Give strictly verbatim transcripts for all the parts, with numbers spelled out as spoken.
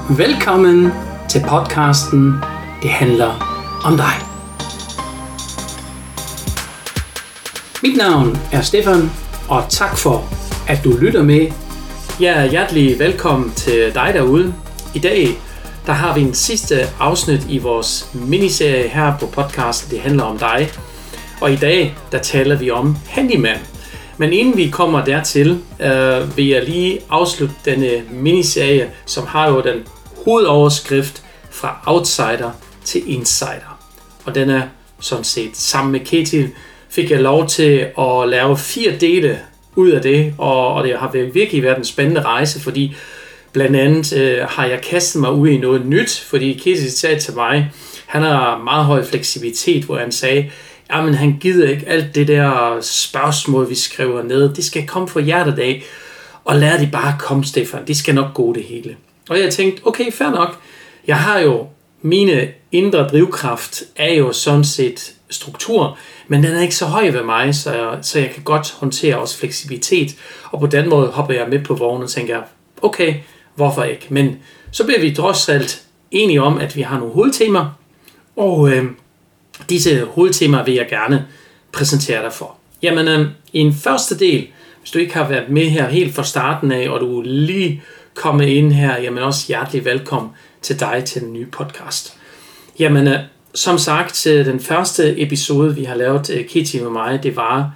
Velkommen til podcasten Det handler om dig. Mit navn er Stefan, og tak for, at du lytter med. Ja, hjertelig velkommen til dig derude. I dag der har vi en sidste afsnit i vores miniserie her på podcasten Det handler om dig. Og i dag der taler vi om handyman. Men inden vi kommer dertil, øh, vil jeg lige afslutte denne miniserie, som har jo den hovedoverskrift fra outsider til insider. Og den er sådan set sammen med Ketil fik jeg lov til at lave fire dele ud af det, og, og det har virkelig været en spændende rejse, fordi blandt andet øh, har jeg kastet mig ud i noget nyt, fordi Ketil sagde til mig, han har meget høj fleksibilitet, hvor han sagde, jamen han gider ikke alt det der spørgsmål, vi skriver ned, det skal komme fra hjertet af, og lad det bare komme, Stefan, det skal nok gå det hele. Og jeg tænkte, okay, fair nok, jeg har jo, mine indre drivkraft er jo sådan set struktur, men den er ikke så høj ved mig, så jeg, så jeg kan godt håndtere også fleksibilitet, og på den måde hopper jeg med på vognen og tænker, okay, hvorfor ikke? Men så bliver vi trods alt enige om, at vi har nogle hovedtemaer, og øh, disse hovedtemaer vil jeg gerne præsentere dig for. Jamen, øh, i en første del, hvis du ikke har været med her helt fra starten af, og du lige kommet ind her, jamen også hjertelig velkommen til dig til den nye podcast. Jamen, øh, som sagt, den første episode, vi har lavet, øh, Ketil med mig, det var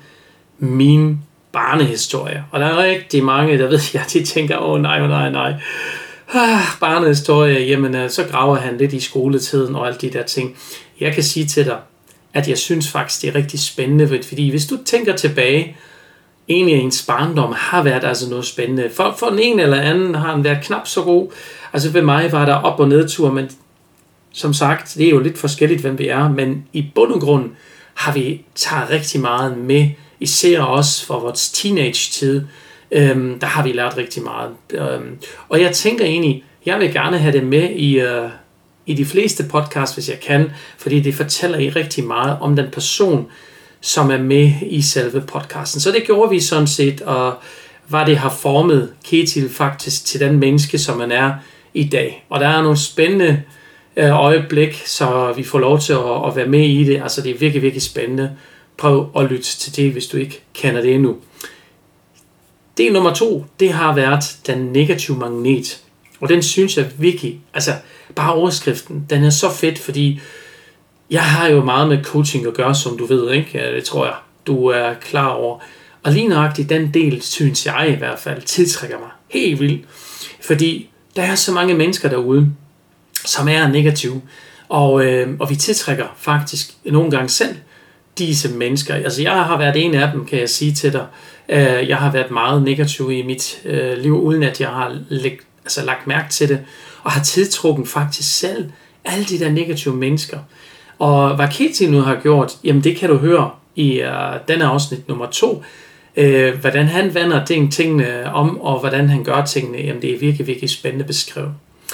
min barnehistorie. Og der er rigtig mange, der ved jeg, de tænker, åh oh, nej, oh, nej, nej. Ah, barnehistorie, jamen øh, så graver han lidt i skoletiden og alle de der ting. Jeg kan sige til dig, at jeg synes faktisk, det er rigtig spændende, fordi hvis du tænker tilbage, en af ens barndom har været altså noget spændende. For, for den ene eller anden har den været knap så god. Altså ved mig var der op- og nedtur, men som sagt, det er jo lidt forskelligt, hvem vi er, men i bund og grund har vi taget rigtig meget med, især også for vores teenage-tid, øhm, der har vi lært rigtig meget. Øhm, og jeg tænker egentlig, jeg vil gerne have det med i, øh, i de fleste podcasts, hvis jeg kan, fordi det fortæller I rigtig meget om den person, som er med i selve podcasten. Så det gjorde vi sådan set, og hvad det har formet Ketil faktisk til den menneske, som man er i dag. Og der er nogle spændende øh, øjeblik, så vi får lov til at, at være med i det. Altså det er virkelig, virkelig spændende. Prøv at lytte til det, hvis du ikke kender det endnu. Del nummer to, det har været den negative magnet. Og den synes jeg virkelig, altså bare overskriften, den er så fedt, fordi jeg har jo meget med coaching at gøre, som du ved, ikke? Det tror jeg, du er klar over. Og lige nøjagtigt den del, synes jeg i hvert fald, tiltrækker mig helt vildt. Fordi der er så mange mennesker derude, som er negative. Og, øh, og vi tiltrækker faktisk nogle gange selv disse mennesker. Altså jeg har været en af dem, kan jeg sige til dig. Jeg har været meget negativ i mit øh, liv, uden at jeg har læg, altså, lagt mærke til det. Og har tiltrukket faktisk selv alle de der negative mennesker. Og hvad Ketil nu har gjort, jamen det kan du høre i uh, denne afsnit nummer to. Uh, hvordan han vender ting, tingene om, og hvordan han gør tingene, jamen det er virkelig, virkelig spændende beskrevet.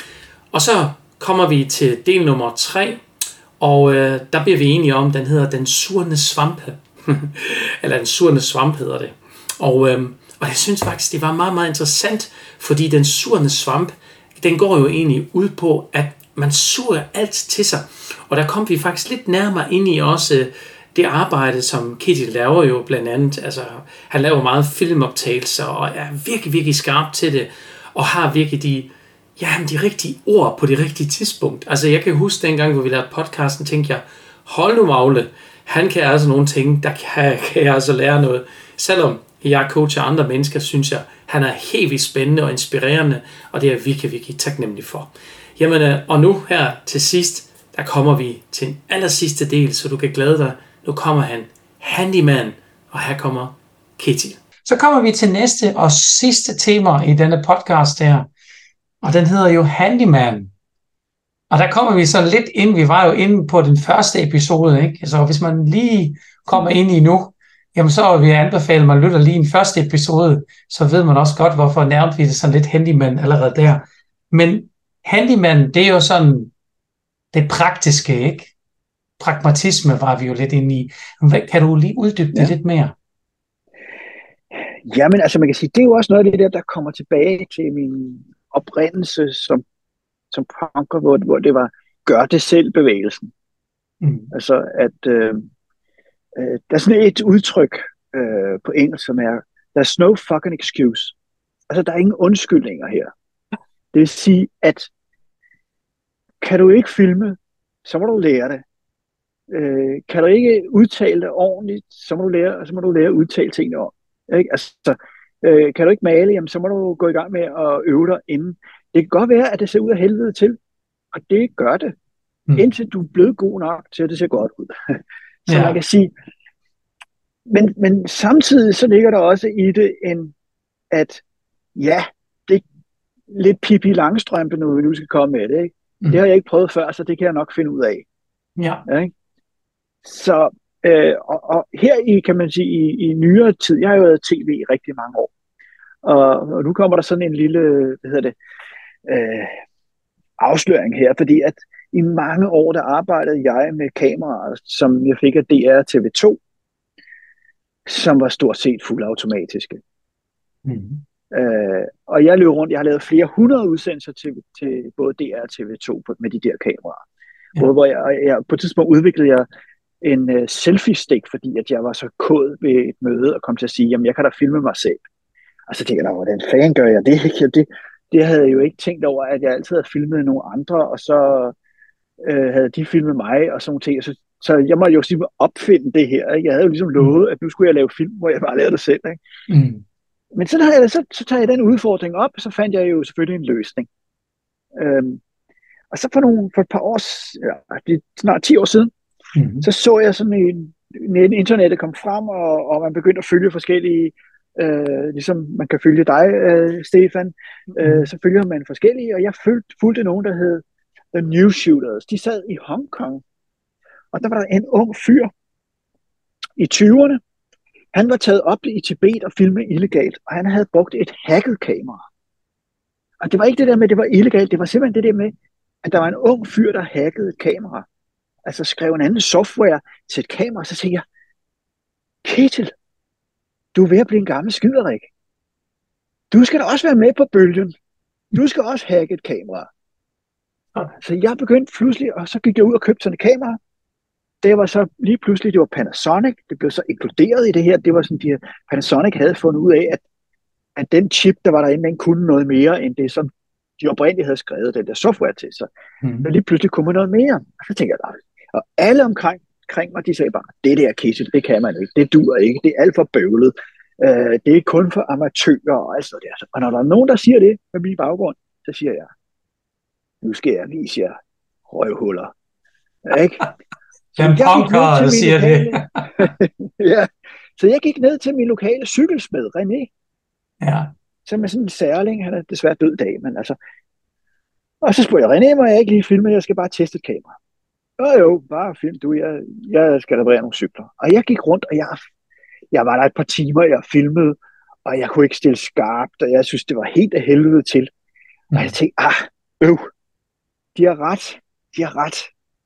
Og så kommer vi til del nummer tre, og uh, der bliver vi enige om, den hedder Den Surne Svampe. Eller Den Surne Svamp hedder det. Og, uh, og jeg synes faktisk, det var meget, meget interessant, fordi Den Surne Svamp, den går jo egentlig ud på, at man suger alt til sig. Og der kom vi faktisk lidt nærmere ind i også det arbejde, som Ketil laver jo blandt andet. Altså, han laver meget filmoptagelser og er virkelig, virkelig skarp til det. Og har virkelig de, jamen, de rigtige ord på det rigtige tidspunkt. Altså, jeg kan huske dengang, hvor vi lavede podcasten, tænkte jeg, hold nu Magle, han kan altså nogle ting, der kan, kan jeg altså lære noget. Selvom jeg coacher andre mennesker, synes jeg, han er helt vildt spændende og inspirerende, og det er jeg virkelig, virkelig taknemmelig for. Jamen, og nu her til sidst, der kommer vi til en aller sidste del, så du kan glæde dig. Nu kommer han, handyman, og her kommer Ketil. Så kommer vi til næste og sidste tema i denne podcast her, og den hedder jo handyman. Og der kommer vi så lidt ind, vi var jo inde på den første episode, ikke? Så hvis man lige kommer ind i nu, jamen så vil jeg anbefale, at man lytter lige en første episode, så ved man også godt, hvorfor nærmest vi det sådan lidt handyman allerede der. Men handyman, det er jo sådan det praktiske, ikke? Pragmatisme var vi jo lidt inde i. Kan du lige uddybe det ja. lidt mere? Jamen, altså man kan sige, det er jo også noget af det der, der kommer tilbage til min oprindelse som som punker, hvor, hvor det var gør det selv bevægelsen. Mm. Altså at øh, øh, der er sådan et udtryk øh, på engelsk, som er there's no fucking excuse. Altså der er ingen undskyldninger her. Det vil sige, at kan du ikke filme, så må du lære det. Øh, kan du ikke udtale det ordentligt, så må du lære, så må du lære at udtale tingene om. Ikke? Altså, øh, kan du ikke male, jamen, så må du gå i gang med at øve dig inden. Det kan godt være, at det ser ud af helvede til, og det gør det, mm. indtil du er blevet god nok til, at det ser godt ud. Så ja. Man kan sige, men, men samtidig så ligger der også i det en, at ja, det er lidt Pippi Langstrømpe, nu vi nu skal komme med det. Ikke? Mm. Det har jeg ikke prøvet før, så det kan jeg nok finde ud af. Ja. Ikke? Så øh, og, og her i, kan man sige, i, i nyere tid, jeg har jo været tv i rigtig mange år, og, og nu kommer der sådan en lille, hvad hedder det, øh, afsløring her, fordi at i mange år, der arbejdede jeg med kameraer, som jeg fik af D R T V to, som var stort set fuldautomatiske. Mm. Øh, og jeg løb rundt, jeg har lavet flere hundrede udsendelser til, til både D R og T V to med de der kameraer. Ja. Hvor, hvor jeg, jeg, på et tidspunkt udviklede jeg en uh, selfie-stik, fordi at jeg var så kod ved et møde og kom til at sige, jamen jeg kan da filme mig selv. Og så tænkte jeg, hvordan fanden gør jeg det? Det, det havde jeg jo ikke tænkt over, at jeg altid havde filmet nogle andre, og så øh, havde de filmet mig og sådan nogle ting. Så, så jeg måtte jo simpelthen opfinde det her. Ikke? Jeg havde jo ligesom lovet, at nu skulle jeg lave film, hvor jeg bare lavede det selv. Ikke? Mm. Men så, havde jeg, så, så tager jeg den udfordring op, og så fandt jeg jo selvfølgelig en løsning. Øhm, og så for, nogle, for et par år, ja, det er snart ti år siden, mm-hmm. så så jeg sådan en, en internettet kom frem, og, og man begyndte at følge forskellige, øh, ligesom man kan følge dig, øh, Stefan, mm-hmm. øh, så følger man forskellige, og jeg fulgte, fulgte nogen, der hed The New Shooters. De sad i Hongkong, og der var der en ung fyr i tyverne. Han var taget op i Tibet og filmet illegalt, og han havde brugt et hacket kamera. Og det var ikke det der med, at det var illegalt, det var simpelthen det der med, at der var en ung fyr, der hackede et kamera. Altså skrev en anden software til et kamera, og så tænkte jeg, Ketil, du er ved at blive en gammel skiderik. Du skal da også være med på bølgen. Du skal også hacke et kamera. Så jeg begyndte pludselig, og så gik jeg ud og købte sådan et kamera. Det var så lige pludselig, det var Panasonic, det blev så inkluderet i det her, det var sådan, de Panasonic havde fundet ud af, at, at den chip, der var derinde, den kunne noget mere, end det, som de oprindeligt havde skrevet den der software til, så mm. der lige pludselig kunne man noget mere. Og så tænkte jeg, og alle omkring, omkring mig, de sagde bare, det der Ketil, det kan man ikke, det duer ikke, det er alt for bøvlet, uh, det er kun for amatører og alt sådan der. Og når der er nogen, der siger det med min baggrund, så siger jeg, nu skal jeg vise jer røvhuller. Ikke? Den punker, der siger lokale... det. Ja, så jeg gik ned til min lokale cykelsmed, René. Ja. Som er sådan en særling, han er desværre død dag, men altså. Og så spurgte jeg, René, må jeg ikke lige filme, jeg skal bare teste et kamera. Jo jo, bare film du, jeg, jeg skal reparere nogle cykler. Og jeg gik rundt, og jeg, jeg var der et par timer, jeg filmede, og jeg kunne ikke stille skarpt, og jeg synes, det var helt af helvede til. Mm. Og jeg tænkte, ah, øv, de har ret, de har ret.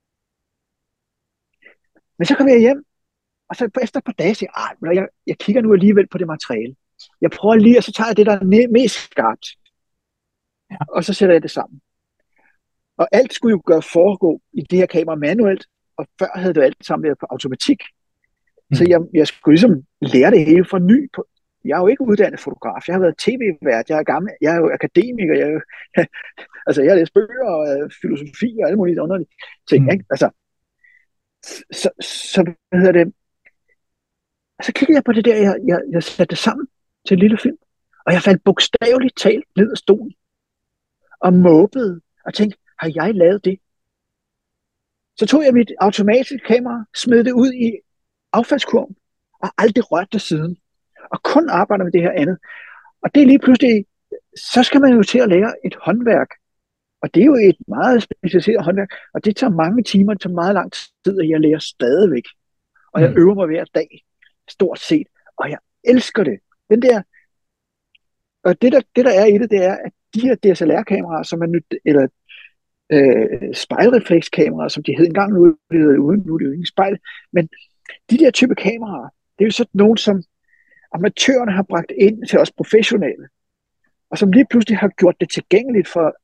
Men så kom jeg hjem, og så efter et par dage siger jeg, jeg, jeg kigger nu alligevel på det materiale. Jeg prøver lige, og så tager jeg det, der er mest skarpt. Ja. Og så sætter jeg det sammen. Og alt skulle jo gøre foregå i det her kamera manuelt, og før havde det alt sammen været på automatik. Mm. Så jeg, jeg skulle ligesom lære det hele fra ny. På. Jeg er jo ikke uddannet fotograf, jeg har været tv-vært, jeg er gammel, jeg er jo akademiker, jeg er jo, altså jeg har læst bøger og filosofi og alle mulige underlige ting, mm. ikke? Altså, så, så hvad hedder det, så kiggede jeg på det der, jeg, jeg, jeg satte det sammen til en lille film, og jeg faldt bogstaveligt talt ned af stolen, og måbede, og tænkte, har jeg lavet det? Så tog jeg mit automatiske kamera, smed det ud i affaldskurven, og aldrig rørt det siden, og kun arbejder med det her andet. Og det er lige pludselig, så skal man jo til at lære et håndværk, og det er jo et meget specialiseret håndværk, og det tager mange timer, det tager meget lang tid, og jeg lærer stadigvæk. Og jeg øver mig hver dag, stort set, og jeg elsker det. Den der, og det der, det der er i det, det er, at de her D S L R-kameraer, som er nyt, eller øh, spejlreflekskameraer, som de hed engang, nu er det uden, nu er det jo ikke spejl, men de der type kameraer, det er jo sådan nogle, som amatørerne har bragt ind til os professionelle, og som lige pludselig har gjort det tilgængeligt for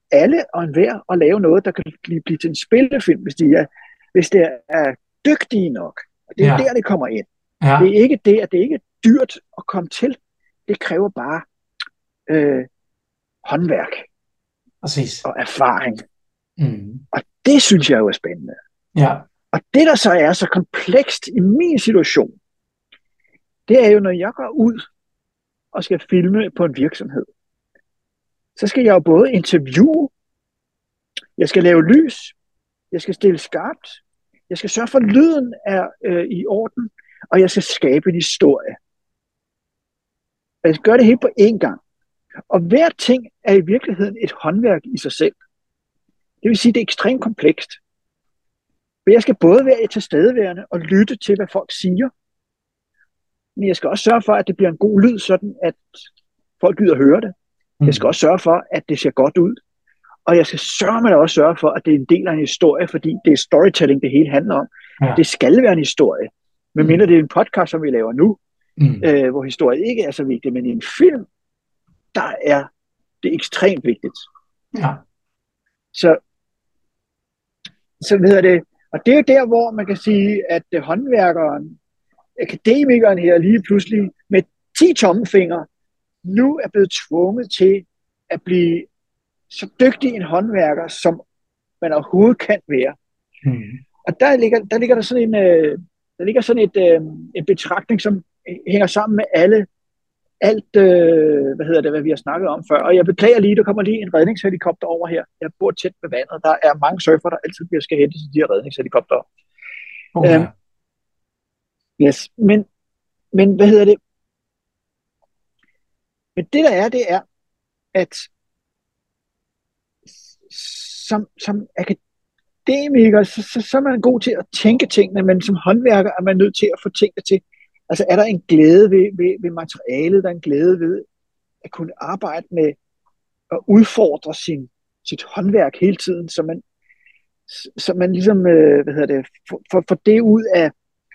alle og enhver at lave noget, der kan blive, blive til en spillefilm, hvis, de er, hvis det er dygtige nok. Og det er ja. der, det kommer ind. Ja. Det er ikke det, at det ikke er dyrt at komme til. Det kræver bare øh, håndværk. Præcis. Og erfaring. Mm. Og det synes jeg jo er spændende. Ja. Og det, der så er så komplekst i min situation, det er jo, når jeg går ud og skal filme på en virksomhed, så skal jeg jo både interviewe, jeg skal lave lys, jeg skal stille skarpt, jeg skal sørge for, at lyden er øh, i orden, og jeg skal skabe en historie. Og jeg skal gøre det helt på én gang. Og hver ting er i virkeligheden et håndværk i sig selv. Det vil sige, at det er ekstremt komplekst. For jeg skal både være tilstedeværende og lytte til, hvad folk siger, men jeg skal også sørge for, at det bliver en god lyd, sådan at folk gider høre det. Jeg skal også sørge for, at det ser godt ud. Og jeg skal sørge med også sørge for, at det er en del af en historie, fordi det er storytelling, det hele handler om. Ja. Det skal være en historie. Men mindre det er en podcast, som vi laver nu, mm. øh, hvor historie ikke er så vigtig, men i en film, der er det ekstremt vigtigt. Ja. Så, så hvad hedder det, og det er jo der, hvor man kan sige, at uh, håndværkeren, akademikeren her lige pludselig med ti tommelfingre, nu er blevet tvunget til at blive så dygtig en håndværker, som man overhovedet kan være. Mm. Og der ligger, der ligger der sådan en, øh, der ligger sådan et, øh, en betragtning, som hænger sammen med alle, alt, øh, hvad hedder det, hvad vi har snakket om før. Og jeg beklager lige, der kommer lige en redningshelikopter over her. Jeg bor tæt ved vandet. Der er mange surfer, der altid bliver skal hente til de her redningshelikoptere. Okay. Øhm, yes, men, men hvad hedder det? Men det der er, det er, at som, som akademiker, så, så, så er man god til at tænke tingene, men som håndværker er man nødt til at få tingene til. Altså er der en glæde ved, ved, ved materialet, der er en glæde ved at kunne arbejde med at udfordre sin, sit håndværk hele tiden, så man, så man ligesom, øh, hvad hedder det, får for, for det ud af,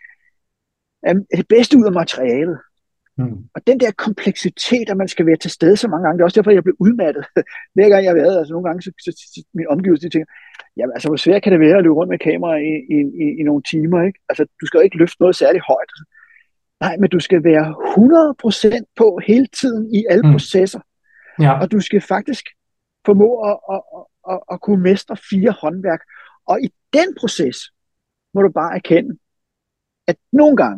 af det bedste ud af materialet. Mm. Og den der kompleksitet, at man skal være til stede så mange gange, det er også derfor, jeg blev udmattet. Hver gang jeg har været, altså nogle gange, så, så, så min omgivelse, de tænker, jamen altså, hvor svært kan det være at løbe rundt med kamera i, i, i, i nogle timer, ikke? Altså, du skal jo ikke løfte noget særligt højt. Nej, men du skal være hundrede procent på hele tiden i alle mm. processer. Ja. Og du skal faktisk formå at, at, at, at, at kunne mestre fire håndværk. Og i den proces må du bare erkende, at nogle gange,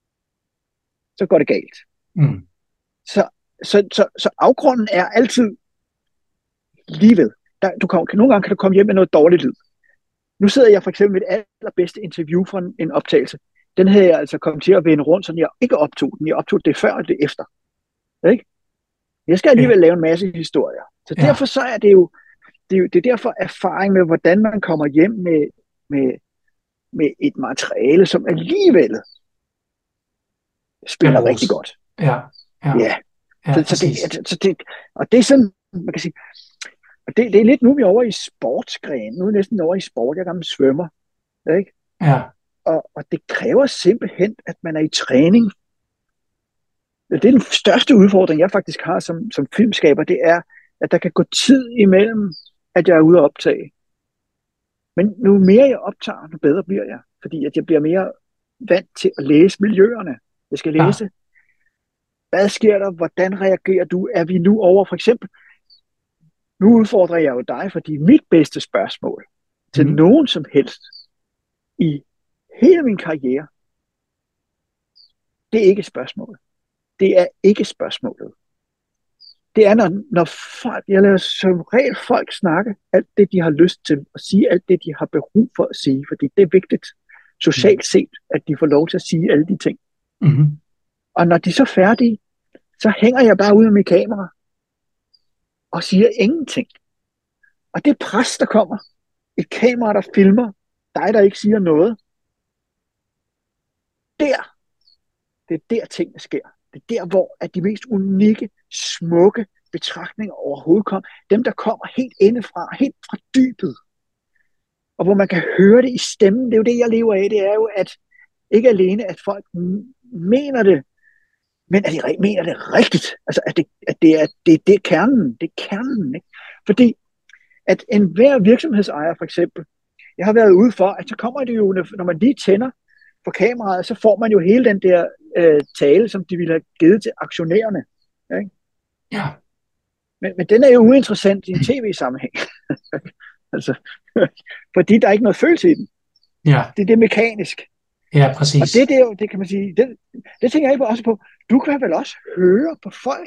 så går det galt. Mm. Så, så, så, så afgrunden er altid lige ved. Der, du kan, nogle gange kan du komme hjem med noget dårligt lyd. Nu sidder jeg for eksempel med det allerbedste interview fra en, en optagelse. Den havde jeg altså kommet til at vende rundt, så jeg ikke optog den. Jeg optog det før og det efter. Ikke? Jeg skal alligevel lave en masse historier. Så ja. Derfor så er det jo, det er jo det er derfor erfaring med, hvordan man kommer hjem med, med, med et materiale, som alligevel spiller ja, rigtig godt. Ja, ja. ja. ja så, så, det, så det, og det er sådan, man kan sige, og det, det er lidt nu, vi er over i sportsgren. Nu er vi næsten over i sport. Jeg er gammel svømmer. Ikke? Ja. Og, og det kræver simpelthen, at man er i træning. Det er den største udfordring, jeg faktisk har som, som filmskaber, det er, at der kan gå tid imellem, at jeg er ude at optage. Men nu mere jeg optager, nu bedre bliver jeg. Fordi at jeg bliver mere vant til at læse miljøerne. Jeg skal læse, ja. Hvad sker der? Hvordan reagerer du? Er vi nu over, for eksempel, nu udfordrer jeg jo dig, fordi mit bedste spørgsmål til mm. nogen som helst i hele min karriere, det er ikke et spørgsmål. Det er ikke spørgsmålet. Det er, når, når folk, jeg lader som regel folk snakke alt det, de har lyst til, og sige alt det, de har behov for at sige, fordi det er vigtigt socialt set, at de får lov til at sige alle de ting. Mm-hmm. Og når de er så færdige, så hænger jeg bare ud med mit kamera og siger ingenting. Og det pres, der kommer, et kamera, der filmer dig, der ikke siger noget, der, det er der tingene sker. Det er der, hvor at de mest unikke, smukke betragtninger overhovedet kommer. Dem, der kommer helt indefra, helt fra dybet. Og hvor man kan høre det i stemmen. Det er jo det, jeg lever af. Det er jo, at ikke alene, at folk mener det, men at de mener det rigtigt. Altså, at det, at det er det, det er kernen. Det er kernen, ikke? Fordi at enhver virksomhedsejer for eksempel, jeg har været ude for, at så kommer det jo, når man lige tænder på kameraet, så får man jo hele den der øh, tale, som de ville have givet til aktionærerne. Ikke? Ja. Men, men den er jo uinteressant i en tv-sammenhæng. altså, fordi der er ikke noget følelse i den. Ja. Det er det mekanisk. Ja, præcis. Og det der, det kan man sige, det, det tænker jeg også på. Du kan vel også høre på folk.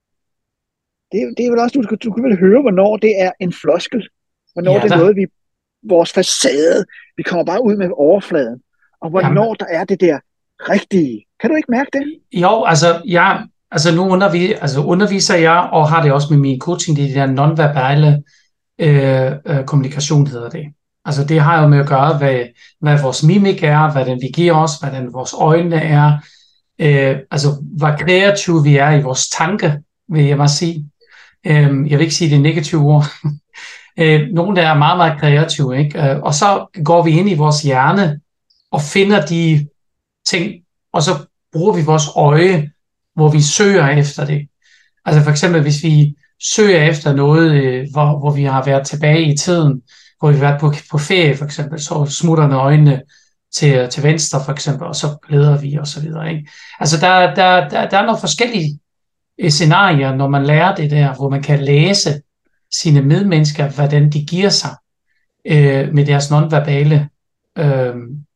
Det, det er vel også, du, du kan vel høre, hvornår det er en floskel. Hvornår ja, det er noget, vi, vores facade, vi kommer bare ud med overfladen. Og hvornår Jamen. der er det der rigtige. Kan du ikke mærke det? Jo, altså, jeg, altså nu undervis, altså underviser jeg, og har det også med min coaching, det er det der nonverbale øh, øh, kommunikation, hedder det. Altså det har jo med at gøre, hvad, hvad vores mimik er, hvad den vi giver os, hvad den vores øjne er, øh, altså hvor kreative vi er i vores tanke, vil jeg bare sige. Øh, jeg vil ikke sige det negative ord. øh, nogle der er meget, meget kreative, ikke? Øh, og så går vi ind i vores hjerne og finder de ting, og så bruger vi vores øje, hvor vi søger efter det. Altså for eksempel, hvis vi søger efter noget, øh, hvor, hvor vi har været tilbage i tiden, hvor vi har været på, på ferie for eksempel, så smutter øjnene til, til venstre for eksempel, og så leder vi og så videre. Ikke? Altså der, der, der, der er nogle forskellige scenarier, når man lærer det der, hvor man kan læse sine medmennesker, hvordan de giver sig øh, med deres nonverbale øh,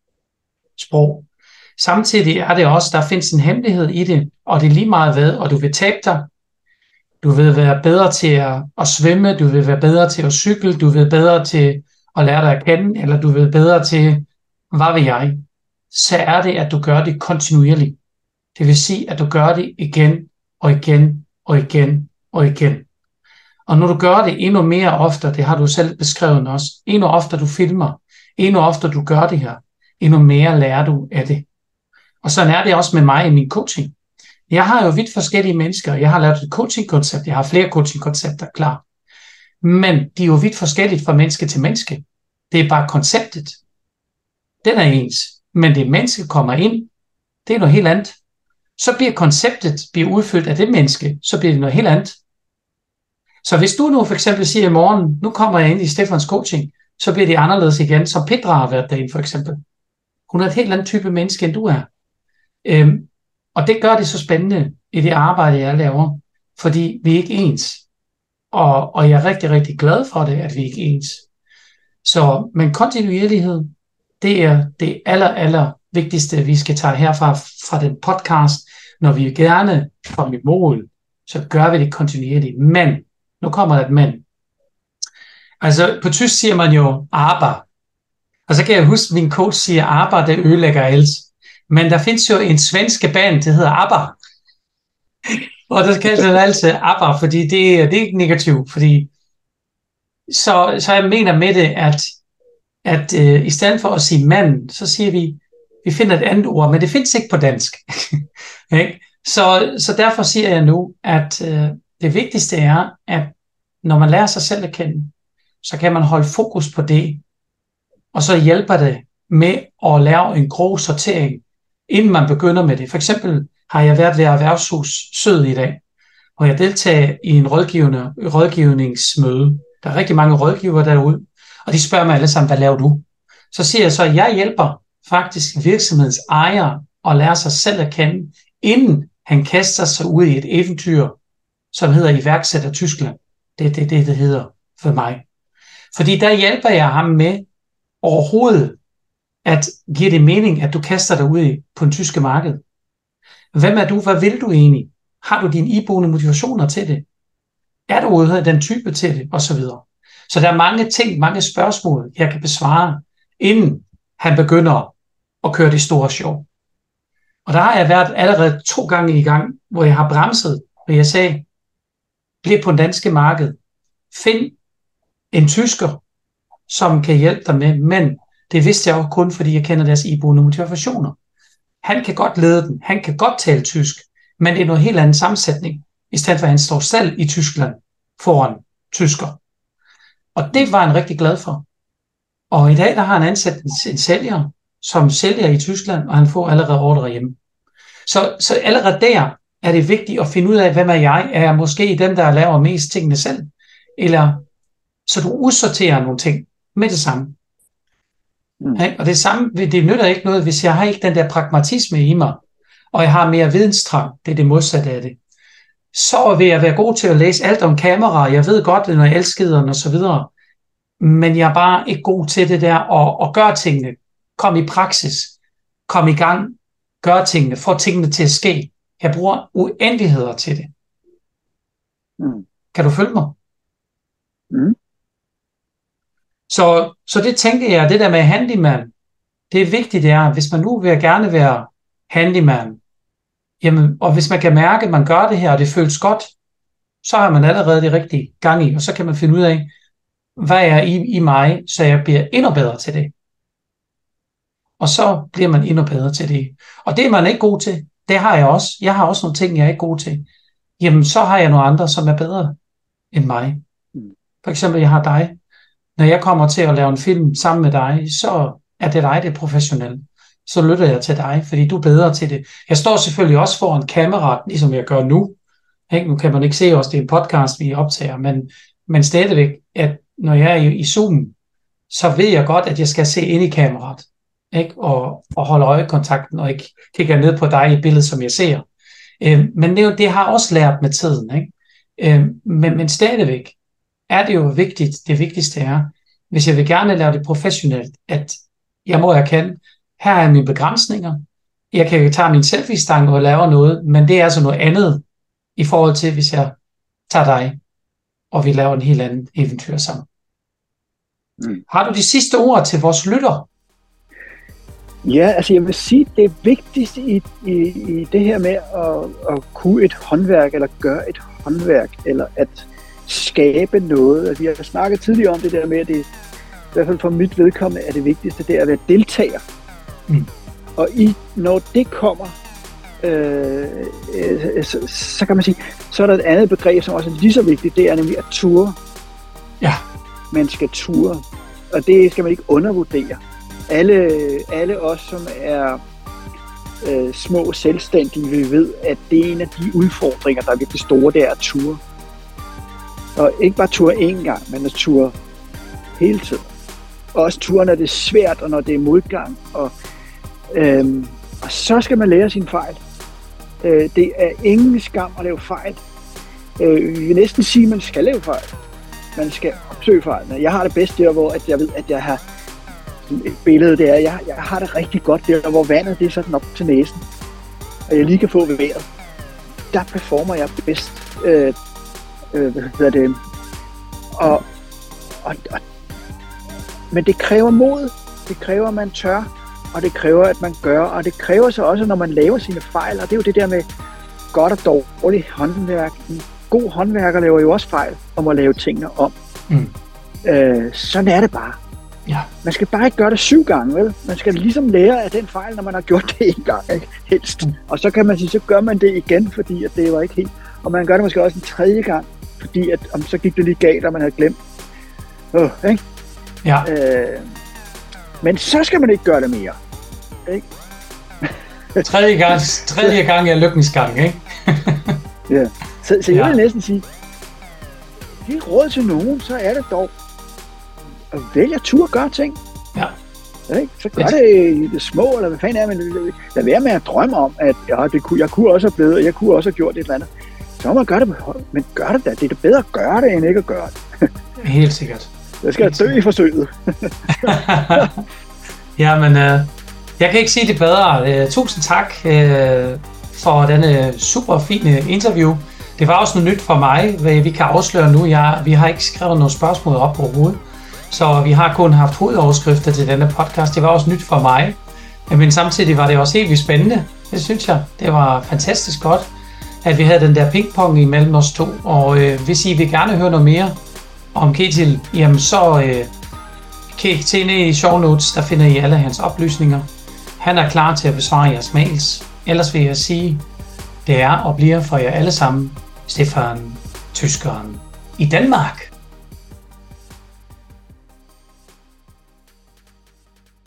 sprog. Samtidig er det også, der findes en hemmelighed i det, og det er lige meget hvad, og du vil tabe dig. Du vil være bedre til at, at svømme, du vil være bedre til at cykle, du vil være bedre til at lære dig at kende, eller du vil være bedre til, hvad vil jeg? Så er det, at du gør det kontinuerligt. Det vil sige, at du gør det igen og igen og igen og igen. Og når du gør det endnu mere ofte, det har du selv beskrevet også, endnu ofte du filmer, endnu ofte du gør det her, endnu mere lærer du af det. Og sådan er det også med mig i min coaching. Jeg har jo vidt forskellige mennesker. Jeg har lavet et coaching-koncept. Jeg har flere coaching-koncepter klar. Men de er jo vidt forskelligt fra menneske til menneske. Det er bare konceptet. Den er ens. Men det menneske kommer ind, det er noget helt andet. Så bliver konceptet bliver udfyldt af det menneske, så bliver det noget helt andet. Så hvis du nu for eksempel siger i morgen, nu kommer jeg ind i Stefans coaching, så bliver det anderledes igen, som Petra har været derinde for eksempel. Hun er et helt andet type menneske, end du er. Øhm, Og det gør det så spændende i det arbejde, jeg laver, fordi vi er ikke ens. Og, og jeg er rigtig, rigtig glad for det, at vi ikke er ens. Så, men kontinuerlighed, det er det aller, aller vigtigste, vi skal tage herfra fra den podcast. Når vi gerne kommer i mål, så gør vi det kontinuerligt. Men, nu kommer der et men. Altså, på tysk siger man jo aber. Og så kan jeg huske, at min coach siger, aber, det ødelægger alt. Men der findes jo en svenske band, der hedder ABBA. Og der kalder den altid ABBA, fordi det, det er ikke negativt. Fordi så, så jeg mener med det, at, at øh, i stedet for at sige mand, så siger vi, vi finder et andet ord, men det findes ikke på dansk. så, så derfor siger jeg nu, at øh, det vigtigste er, at når man lærer sig selv at kende, så kan man holde fokus på det, og så hjælper det med at lave en grov sortering, inden man begynder med det. For eksempel har jeg været ved Erhvervshus Sød i dag, hvor jeg deltager i en rådgivende, rådgivningsmøde. Der er rigtig mange rådgivere derude, og de spørger mig alle sammen, hvad laver du? Så siger jeg så, at jeg hjælper faktisk virksomhedens ejer at lære sig selv at kende, inden han kaster sig ud i et eventyr, som hedder iværksætter Tyskland. Det er det, det, det hedder for mig. Fordi der hjælper jeg ham med overhovedet at give det mening, at du kaster dig ud på en tyske marked. Hvem er du? Hvad vil du egentlig? Har du dine iboende motivationer til det? Er du overhovedet den type til det? Og så videre. Så der er mange ting, mange spørgsmål, jeg kan besvare, inden han begynder at køre det store show. Og der har jeg været allerede to gange i gang, hvor jeg har bremset, og jeg sagde, bliv på den danske marked. Find en tysker, som kan hjælpe dig med, men det vidste jeg jo kun, fordi jeg kender deres iboende motivationer. Han kan godt lede den, han kan godt tale tysk, men det er noget helt andet sammensætning, i stedet for at han står selv i Tyskland foran tysker. Og det var han rigtig glad for. Og i dag der har han ansat en sælger, som sælger i Tyskland, og han får allerede ordre hjemme. Så, så allerede der er det vigtigt at finde ud af, hvem er jeg? Er jeg måske dem, der laver mest tingene selv? Eller så du udsorterer nogle ting med det samme. Mm. Ja, og det samme, det nytter ikke noget, hvis jeg har ikke den der pragmatisme i mig, og jeg har mere videnstrang, det er det modsatte af det. Så vil jeg være god til at læse alt om kameraer, jeg ved godt, når jeg elsker den og så videre, men jeg er bare ikke god til det der at, at gøre tingene, komme i praksis, komme i gang, gøre tingene, få tingene til at ske. Jeg bruger uendeligheder til det. Mm. Kan du følge mig? Mm. Så, så det tænker jeg, det der med handyman, det er vigtigt, det er, hvis man nu vil gerne være handyman, jamen, og hvis man kan mærke, at man gør det her, og det føles godt, så har man allerede det rigtige gang i, og så kan man finde ud af, hvad er i, i mig, så jeg bliver endnu bedre til det. Og så bliver man endnu bedre til det. Og det er man ikke god til, det har jeg også. Jeg har også nogle ting, jeg er ikke god til. Jamen, så har jeg nogle andre, som er bedre end mig. For eksempel, jeg har dig. Når jeg kommer til at lave en film sammen med dig, så er det dig, det er professionelt. Så lytter jeg til dig, fordi du er bedre til det. Jeg står selvfølgelig også foran kameraet, ligesom jeg gør nu. Ikke? Nu kan man ikke se os, det er en podcast, vi optager, men, men stadigvæk, at når jeg er i, i Zoom, så ved jeg godt, at jeg skal se ind i kameraet, ikke? Og, og holde øjekontakten, og ikke kigge ned på dig i billedet, som jeg ser. Øh, men det, det har også lært med tiden. Ikke? Øh, men, men stadigvæk er det jo vigtigt, det vigtigste er, hvis jeg vil gerne lave det professionelt, at jeg må erkende, her er mine begrænsninger. Jeg kan tage min selfie-stang og lave noget, men det er altså noget andet i forhold til, hvis jeg tager dig, og vi laver en helt anden eventyr sammen. Mm. Har du de sidste ord til vores lytter? Ja, altså jeg vil sige, det vigtigste i, i, i det her med at, at kunne et håndværk, eller gøre et håndværk, eller at skabe noget. Altså, vi har snakket tidligere om det der med, at det, i hvert fald for mit vedkommende, er det vigtigste, det er at være deltager. Mm. Og i, når det kommer, øh, øh, så, så kan man sige, så er der et andet begreb, som også er lige så vigtigt, det er nemlig at ture. Ja. Man skal ture, og det skal man ikke undervurdere. Alle, alle os, som er øh, små selvstændige, vi ved, at det er en af de udfordringer, der er virkelig store, det er at ture. Og ikke bare ture én gang, men at ture hele tiden. Og også ture, når det er svært, og når det er modgang. Og, øhm, og så skal man lære sine fejl. Øh, det er ingen skam at lave fejl. Øh, vi vil næsten sige, at man skal lave fejl. Man skal opsøge fejlene. Jeg har det bedst der, hvor at jeg ved, at jeg har et billede, det er, jeg, jeg har det rigtig godt der, hvor vandet det er sådan op til næsen. Og jeg lige kan få ved vejret. Der performer jeg bedst. Øh, øh, hvad hedder det? Og, og, og men det kræver mod, det kræver, at man tør, og det kræver, at man gør, og det kræver så også, når man laver sine fejl, og det er jo det der med godt og dårligt håndværk. En god håndværker laver jo også fejl om at lave tingene om. Mm. Øh, sådan er det bare. Ja. Man skal bare ikke gøre det syv gange, vel? Man skal ligesom lære af den fejl, når man har gjort det en gang, ikke? Helst. Mm. Og så kan man sige, så gør man det igen, fordi at det var ikke helt. Og man gør det måske også en tredje gang, fordi at, om så gik det lige galt, og man havde glemt. Øh, ikke? Ja. Øh, men så skal man ikke gøre det mere. Ikke? tredje, gang, tredje gang er lykkens gang, ikke? Ja. Så, så jeg ja. vil næsten sige, det er råd til nogen, så er det dog at vælge at turde gøre ting. Ja. Ikke? Så gør det i det små, eller hvad fanden er, men lad være med at drømme om, at ja, det kunne, jeg kunne også have blevet, jeg kunne også have gjort et eller andet. Så må man gøre det, men gør det da. Det er det bedre at gøre det, end ikke at gøre det. Helt sikkert. Jeg skal dø i forsøget. Jamen, øh, jeg kan ikke sige det bedre. Øh, tusind tak øh, for denne super fine interview. Det var også noget nyt for mig, hvad vi kan afsløre nu. Jeg, vi har ikke skrevet nogle spørgsmål op på hovedet, så vi har kun haft hovedoverskrifter til denne podcast. Det var også nyt for mig, men samtidig var det også helt vildt spændende. Det synes jeg. Det var fantastisk godt, at vi havde den der pingpong imellem os to. Og øh, hvis I vil gerne høre noget mere om Ketil, jamen så øh, kig til ned i show notes, der finder I alle hans oplysninger. Han er klar til at besvare jeres mails. Ellers vil jeg sige, det er og bliver for jer alle sammen Stefan, tyskeren i Danmark.